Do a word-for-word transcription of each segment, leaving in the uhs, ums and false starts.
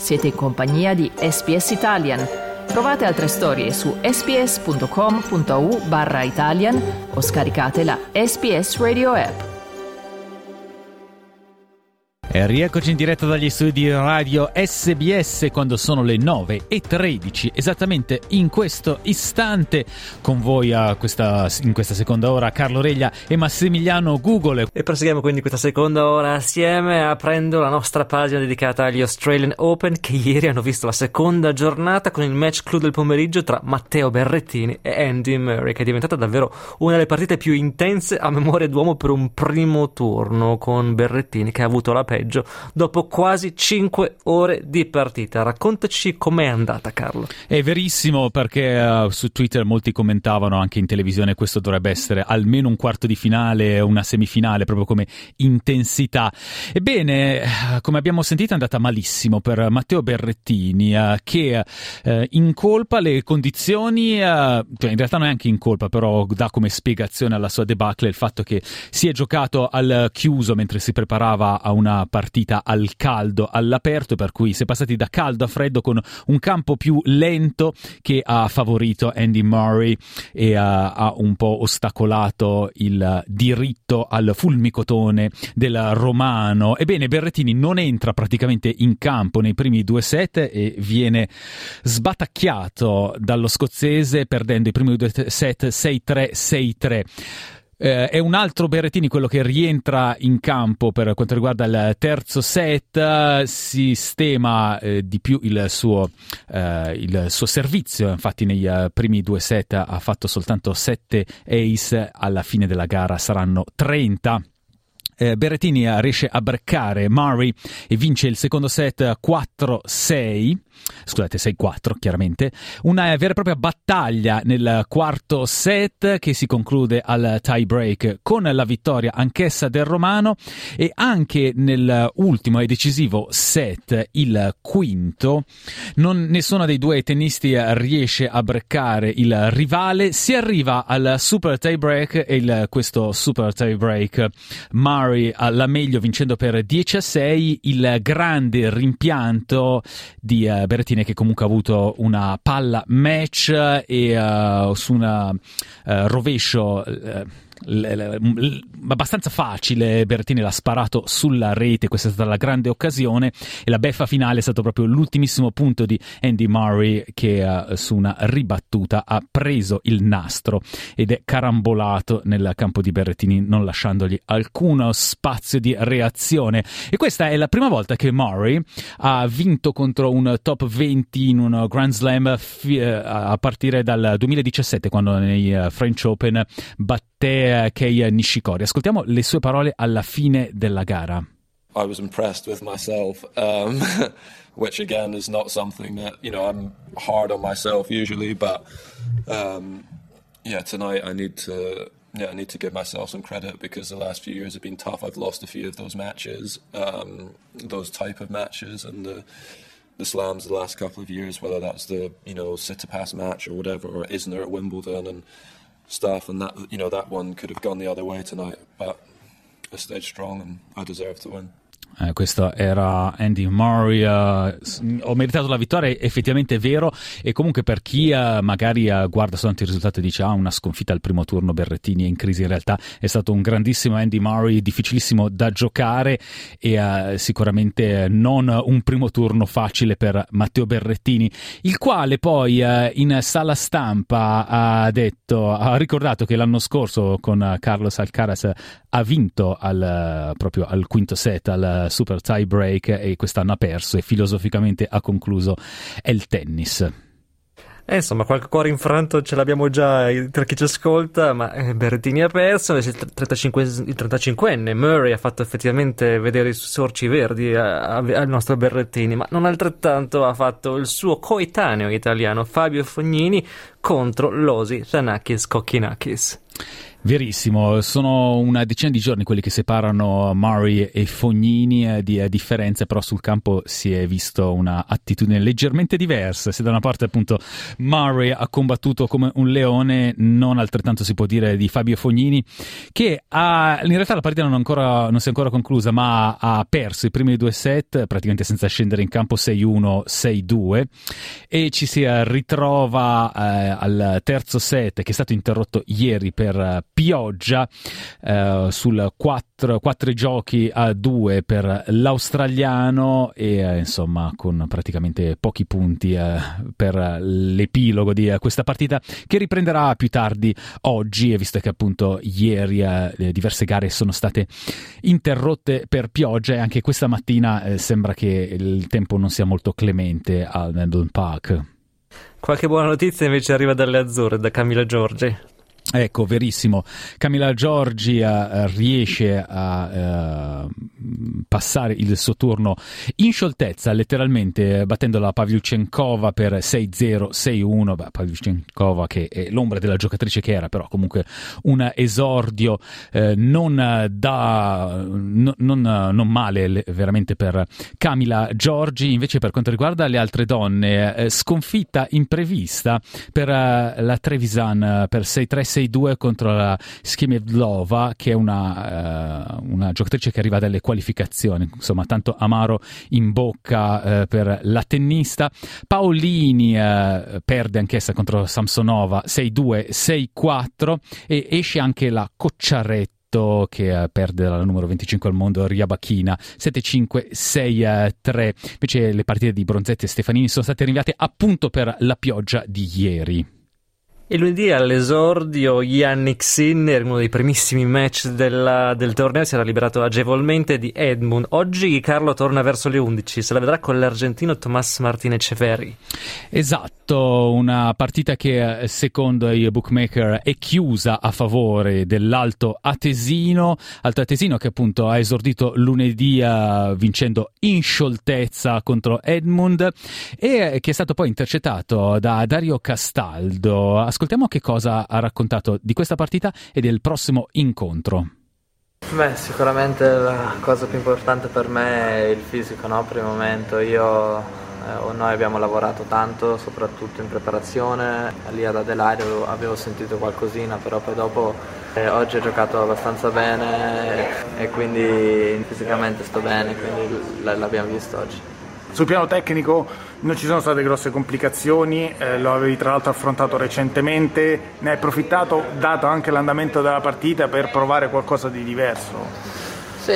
Siete in compagnia di S B S Italian. Trovate altre storie su sbs.com.au barra Italian o scaricate la S B S Radio app. E rieccoci in diretta dagli studi di radio S B S quando sono le nove e tredici, esattamente in questo istante. Con voi a questa, in questa seconda ora Carlo Reglia e Massimiliano Gugole. E proseguiamo quindi questa seconda ora assieme, aprendo la nostra pagina dedicata agli Australian Open, che ieri hanno visto la seconda giornata con il match clou del pomeriggio tra Matteo Berrettini e Andy Murray, che è diventata davvero una delle partite più intense a memoria d'uomo per un primo turno, con Berrettini che ha avuto la peggio dopo quasi cinque ore di partita. Raccontaci com'è andata, Carlo. È verissimo, perché uh, su Twitter molti commentavano, anche in televisione, questo dovrebbe essere almeno un quarto di finale, una semifinale, proprio come intensità. Ebbene, come abbiamo sentito, è andata malissimo per Matteo Berrettini, uh, che uh, incolpa le condizioni, uh, cioè in realtà non è anche in colpa, però dà come spiegazione alla sua debacle il fatto che si è giocato al chiuso mentre si preparava a una partita al caldo, all'aperto, per cui si è passati da caldo a freddo con un campo più lento che ha favorito Andy Murray e ha, ha un po' ostacolato il diritto al fulmicotone del romano. Ebbene, Berrettini non entra praticamente in campo nei primi due set e viene sbatacchiato dallo scozzese, perdendo i primi due set sei tre sei tre. Eh, è un altro Berrettini quello che rientra in campo per quanto riguarda il terzo set. Sistema eh, di più il suo, eh, il suo servizio, infatti nei uh, primi due set ha fatto soltanto sette ace, alla fine della gara saranno trenta. Eh, Berrettini riesce a breccare Murray e vince il secondo set quattro sei, scusate sei quattro chiaramente, una vera e propria battaglia nel quarto set che si conclude al tie break con la vittoria anch'essa del romano. E anche nell'ultimo e decisivo set, il quinto, non, nessuno dei due tennisti riesce a breccare il rivale. Si arriva al super tie break e il, questo super tie break Murray alla meglio, vincendo per dieci a sei. Il grande rimpianto di uh, Berrettini, che comunque ha avuto una palla match e uh, su una uh, rovescio uh, L- l- l- abbastanza facile, Berrettini l'ha sparato sulla rete. Questa è stata la grande occasione, e la beffa finale è stato proprio l'ultimissimo punto di Andy Murray, che uh, su una ribattuta ha preso il nastro ed è carambolato nel campo di Berrettini, non lasciandogli alcuno spazio di reazione. E questa è la prima volta che Murray ha vinto contro un top venti in un Grand Slam fi- a partire dal duemiladiciassette, quando nei uh, French Open batté Kei Nishikori. Ascoltiamo le sue parole alla fine della gara. I was impressed with myself, um, which again is not something that, you know, I'm hard on myself usually, but um, yeah, tonight I need to yeah I need to give myself some credit, because the last few years have been tough. I've lost a few of those matches, um, those type of matches, and the the slams the last couple of years, whether that's the, you know, Tsitsipas match or whatever, or Isner at Wimbledon and stuff, and that, you know, that one could have gone the other way tonight, but I stayed strong and I deserve to win. Eh, questo era Andy Murray. Uh, ho meritato la vittoria, effettivamente è vero. E comunque, per chi uh, magari uh, guarda soltanto il risultato e dice ah, una sconfitta al primo turno, Berrettini è in crisi, in realtà è stato un grandissimo Andy Murray, difficilissimo da giocare, e uh, sicuramente non un primo turno facile per Matteo Berrettini, il quale poi uh, in sala stampa ha detto, ha ricordato che l'anno scorso con uh, Carlos Alcaraz ha vinto al, uh, proprio al quinto set, al super tie break, e quest'anno ha perso, e filosoficamente ha concluso è il tennis. Eh, insomma, qualche cuore infranto ce l'abbiamo già tra chi ci ascolta, ma eh, Berrettini ha perso. Il trentacinquenne Murray ha fatto effettivamente vedere i sorci verdi al nostro Berrettini, ma non altrettanto ha fatto il suo coetaneo italiano Fabio Fognini contro l'Osi Giannakis Kokkinakis. Verissimo, sono una decina di giorni quelli che separano Murray e Fognini, eh, di eh, differenze, però sul campo si è visto una attitudine leggermente diversa. Se da una parte appunto Murray ha combattuto come un leone, non altrettanto si può dire di Fabio Fognini, che ha, in realtà la partita non, ancora, non si è ancora conclusa, ma ha perso i primi due set praticamente senza scendere in campo, sei uno sei due, e ci si ritrova eh, al terzo set, che è stato interrotto ieri per pioggia, eh, sul quattro, quattro giochi a due per l'australiano, e eh, insomma con praticamente pochi punti eh, per l'epilogo di eh, questa partita, che riprenderà più tardi oggi, e visto che appunto ieri eh, diverse gare sono state interrotte per pioggia, e anche questa mattina eh, sembra che il tempo non sia molto clemente al Mendon Park. Qualche buona notizia invece arriva dalle Azzurre, da Camila Giorgi. Ecco, verissimo. Camila Giorgi uh, riesce a uh, passare il suo turno in scioltezza, letteralmente battendo la Pavlyuchenkova per sei zero sei uno. Beh, Pavlyuchenkova che è l'ombra della giocatrice che era, però comunque un esordio eh, non da no, non, non male le, veramente per Camila Giorgi. Invece per quanto riguarda le altre donne, eh, sconfitta imprevista per uh, la Trevisan uh, per sei tre sei due contro la Skimevlova, che è una, uh, una giocatrice che arriva dalle qualificazioni, insomma tanto amaro in bocca uh, per la tennista. Paolini uh, perde anch'essa contro Samsonova sei due sei quattro, e esce anche la Cocciaretto, che uh, perde dalla numero venticinque al mondo Ryabakina sette cinque sei tre. Invece le partite di Bronzetti e Stefanini sono state rinviate appunto per la pioggia di ieri. E lunedì all'esordio Jannik Sinner, uno dei primissimi match della, del torneo, si era liberato agevolmente di Edmund. Oggi Carlo torna verso le undici, se la vedrà con l'argentino Tomás Martínez Echeverry. Esatto, una partita che secondo i bookmaker è chiusa a favore dell'Alto Atesino, Alto Atesino che appunto ha esordito lunedì uh, vincendo in scioltezza contro Edmund, e che è stato poi intercettato da Dario Castaldo. Ascoltiamo che cosa ha raccontato di questa partita e del prossimo incontro. Beh, sicuramente la cosa più importante per me è il fisico, no? Per il momento io, eh, noi abbiamo lavorato tanto, soprattutto in preparazione. Lì ad Adelaide avevo, avevo sentito qualcosina, però poi dopo eh, oggi ho giocato abbastanza bene e, e quindi fisicamente sto bene, quindi l- l'abbiamo visto oggi. Sul piano tecnico non ci sono state grosse complicazioni, eh, lo avevi tra l'altro affrontato recentemente, ne hai approfittato, dato anche l'andamento della partita, per provare qualcosa di diverso? Sì,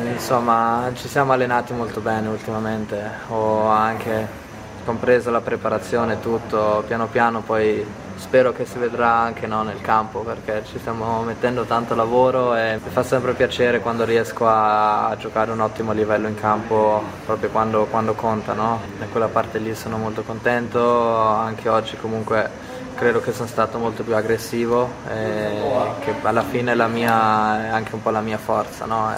insomma ci siamo allenati molto bene ultimamente, ho anche compreso la preparazione, tutto piano piano, poi spero che si vedrà anche no, nel campo, perché ci stiamo mettendo tanto lavoro e mi fa sempre piacere quando riesco a giocare un ottimo livello in campo, proprio quando, quando conta, no? Da quella parte lì sono molto contento, anche oggi comunque credo che sono stato molto più aggressivo e che alla fine la mia, è anche un po' la mia forza, no?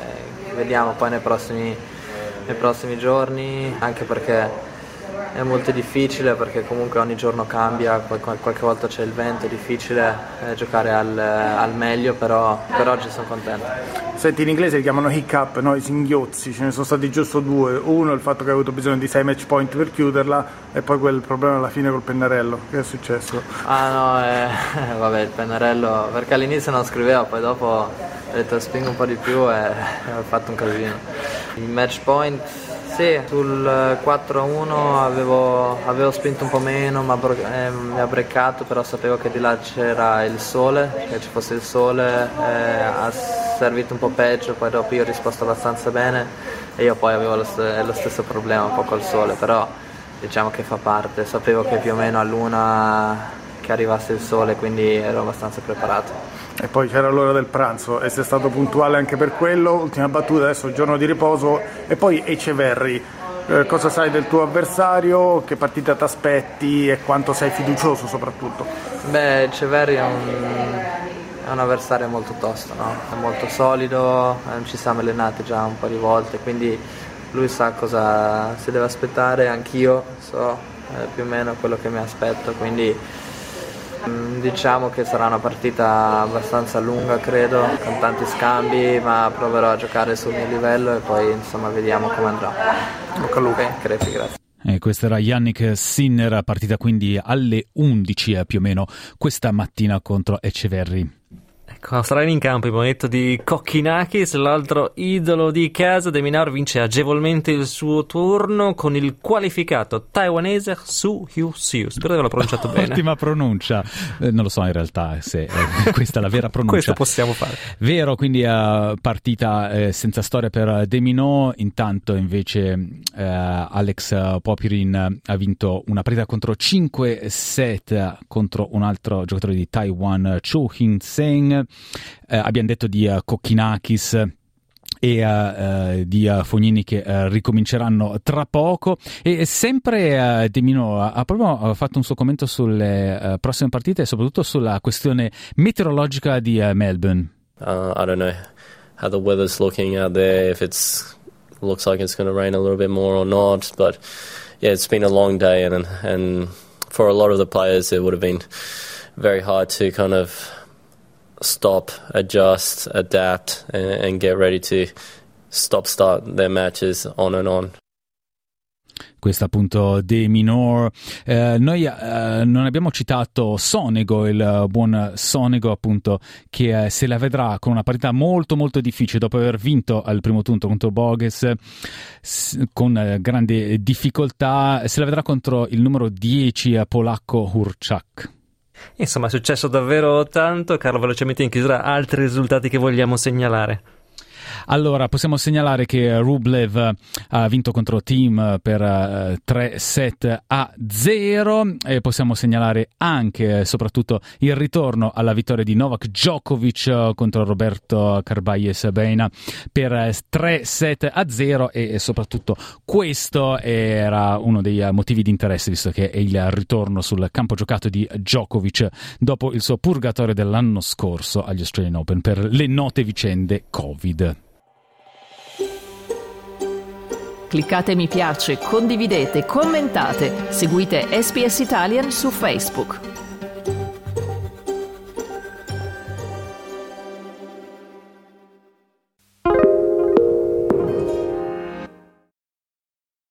E vediamo poi nei prossimi, nei prossimi giorni, anche perché è molto difficile, perché comunque ogni giorno cambia, qualche volta c'è il vento, è difficile eh, giocare al, al meglio, però per oggi sono contento. Senti, in inglese li chiamano hiccup, no? I singhiozzi, ce ne sono stati giusto due, uno il fatto che hai avuto bisogno di sei match point per chiuderla, e poi quel problema alla fine col pennarello. Che è successo? Ah no, eh, vabbè, il pennarello, perché all'inizio non scriveva, poi dopo ho detto spingo un po' di più e ho fatto un casino. Il match point, sì, sul quattro a uno avevo, avevo spinto un po' meno, ma eh, mi ha breccato, però sapevo che di là c'era il sole, che ci fosse il sole, eh, ha servito un po' peggio, poi dopo io ho risposto abbastanza bene e io poi avevo lo, st- lo stesso problema un po' col sole, però diciamo che fa parte, sapevo che più o meno all'una che arrivasse il sole, quindi ero abbastanza preparato. E poi c'era l'ora del pranzo e sei stato puntuale anche per quello. Ultima battuta, adesso giorno di riposo, e poi Echeverry, eh, cosa sai del tuo avversario, che partita ti aspetti e quanto sei fiducioso soprattutto? Beh, Echeverry è un, è un avversario molto tosto, no? È molto solido, eh, ci siamo allenati già un po' di volte, quindi lui sa cosa si deve aspettare, anch'io so eh, più o meno quello che mi aspetto, quindi diciamo che sarà una partita abbastanza lunga, credo, con tanti scambi, ma proverò a giocare sul mio livello e poi insomma vediamo come andrà. Bocca al lupo. Ok, Crepi, grazie. E questo era Yannick Sinner, partita quindi alle undici eh, più o meno questa mattina contro Etcheverry. Ecco, australiani in campo, il momento di Kokkinakis, l'altro idolo di casa. De Minaur vince agevolmente il suo turno con il qualificato taiwanese Su Hyu Siu. Spero di averlo pronunciato bene. Ottima pronuncia, eh, non lo so in realtà se eh, questa è la vera pronuncia. Questo possiamo fare. Vero, quindi uh, partita eh, senza storia per De Minaur. Intanto invece eh, Alex Popyrin ha vinto una partita contro cinque set contro un altro giocatore di Taiwan, Cho Hin-seng. Eh, abbiamo detto di uh, Kokkinakis e uh, uh, di uh, Fognini che uh, ricominceranno tra poco, e sempre uh, De Minaur ha, ha proprio uh, fatto un suo commento sulle uh, prossime partite e soprattutto sulla questione meteorologica di uh, Melbourne. Uh, I don't know how the weather's looking out there, if it's looks like it's going to rain a little bit more or not, but yeah, it's been a long day, and and for a lot of the players it would have been very hard to kind of stop, adjust, adapt, and, and get ready to stop start their matches on and on. Questo appunto De Minaur. Eh, noi eh, non abbiamo citato Sonego, il buon Sonego appunto, che eh, se la vedrà con una partita molto molto difficile dopo aver vinto al primo turno contro Bogues s- con eh, grande difficoltà, se la vedrà contro il numero dieci eh, polacco Hurczak. Insomma, è successo davvero tanto. Carlo, velocemente in chiusura, altri risultati che vogliamo segnalare? Allora, possiamo segnalare che Rublev ha vinto contro Thiem per uh, tre set a zero, e possiamo segnalare anche e soprattutto il ritorno alla vittoria di Novak Djokovic uh, contro Roberto Carballes Baena per uh, tre set a zero, e, e soprattutto questo era uno dei uh, motivi di interesse, visto che è il ritorno sul campo giocato di Djokovic dopo il suo purgatorio dell'anno scorso agli Australian Open per le note vicende Covid. Cliccate mi piace, condividete, commentate, seguite S B S Italian su Facebook.